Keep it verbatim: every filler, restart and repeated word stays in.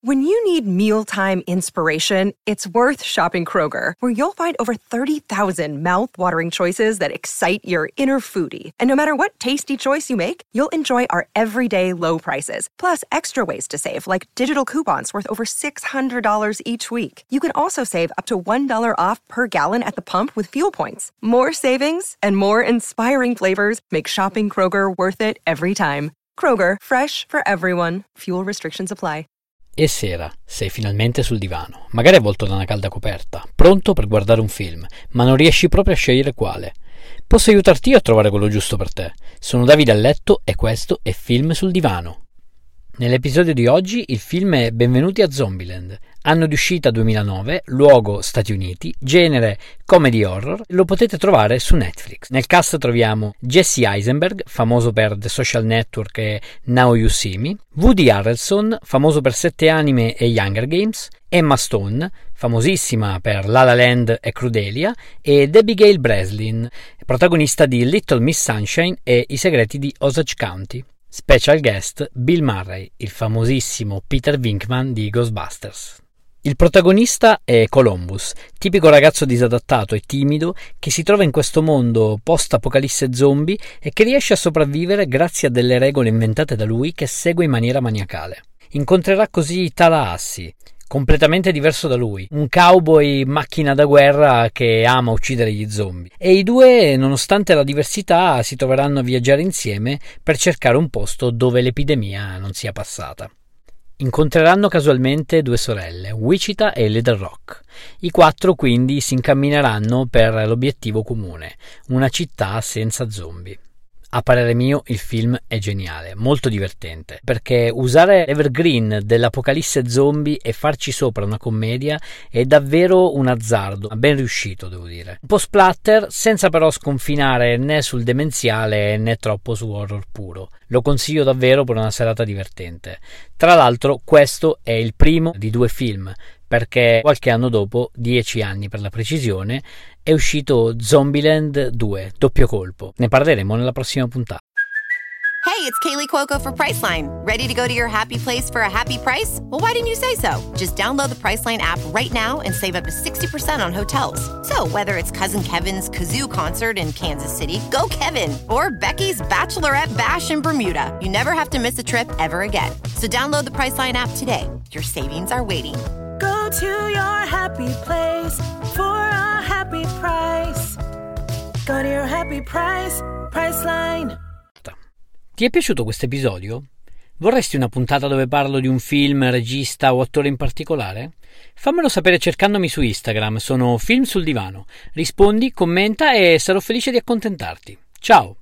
When you need mealtime inspiration, it's worth shopping Kroger, where you'll find over thirty thousand mouth-watering choices that excite your inner foodie. And no matter what tasty choice you make, you'll enjoy our everyday low prices, plus extra ways to save, like digital coupons worth over six hundred dollars each week. You can also save up to one dollar off per gallon at the pump with fuel points. More savings and more inspiring flavors make shopping Kroger worth it every time. Kroger, fresh for everyone. Fuel restrictions apply. E sera, sei finalmente sul divano, magari avvolto da una calda coperta, pronto per guardare un film, ma non riesci proprio a scegliere quale. Posso aiutarti io a trovare quello giusto per te. Sono Davide a letto e questo è Film sul divano. Nell'episodio di oggi il film è Benvenuti a Zombieland, anno di uscita duemilanove, luogo Stati Uniti, genere comedy horror. Lo potete trovare su Netflix. Nel cast troviamo Jesse Eisenberg, famoso per The Social Network e Now You See Me, Woody Harrelson, famoso per Sette Anime e Hunger Games, Emma Stone, famosissima per La La Land e Crudelia, e Abigail Breslin, protagonista di Little Miss Sunshine e I segreti di Osage County. Special guest Bill Murray, il famosissimo Peter Venkman di Ghostbusters. Il protagonista è Columbus, tipico ragazzo disadattato e timido che si trova in questo mondo post-apocalisse zombie e che riesce a sopravvivere grazie a delle regole inventate da lui che segue in maniera maniacale. Incontrerà così Tallahassee, completamente diverso da lui, un cowboy macchina da guerra che ama uccidere gli zombie, e i due, nonostante la diversità, si troveranno a viaggiare insieme per cercare un posto dove l'epidemia non sia passata. Incontreranno casualmente due sorelle, Wichita e Little Rock. I quattro quindi si incammineranno per l'obiettivo comune, una città senza zombie. A parere mio il film è geniale, molto divertente, perché usare l'evergreen dell'apocalisse zombie e farci sopra una commedia è davvero un azzardo, ben riuscito devo dire. Un po' splatter, senza però sconfinare né sul demenziale né troppo su horror puro. Lo consiglio davvero per una serata divertente. Tra l'altro questo è il primo di due film, perché qualche anno dopo, dieci anni per la precisione, è uscito Zombieland due, doppio colpo. Ne parleremo nella prossima puntata. Hey, it's Kaylee Cuoco for Priceline. Ready to go to your happy place for a happy price? Well, why didn't you say so? Just download the Priceline app right now and save up to sixty percent on hotels. So whether it's Cousin Kevin's Kazoo Concert in Kansas City, go Kevin, or Becky's Bachelorette Bash in Bermuda, you never have to miss a trip ever again. So download the Priceline app today. Your savings are waiting. Go to your happy place for a happy price. Go to your happy price, Priceline. Ti è piaciuto questo episodio? Vorresti una puntata dove parlo di un film, regista o attore in particolare? Fammelo sapere cercandomi su Instagram, sono Film sul Divano. Rispondi, commenta e sarò felice di accontentarti. Ciao!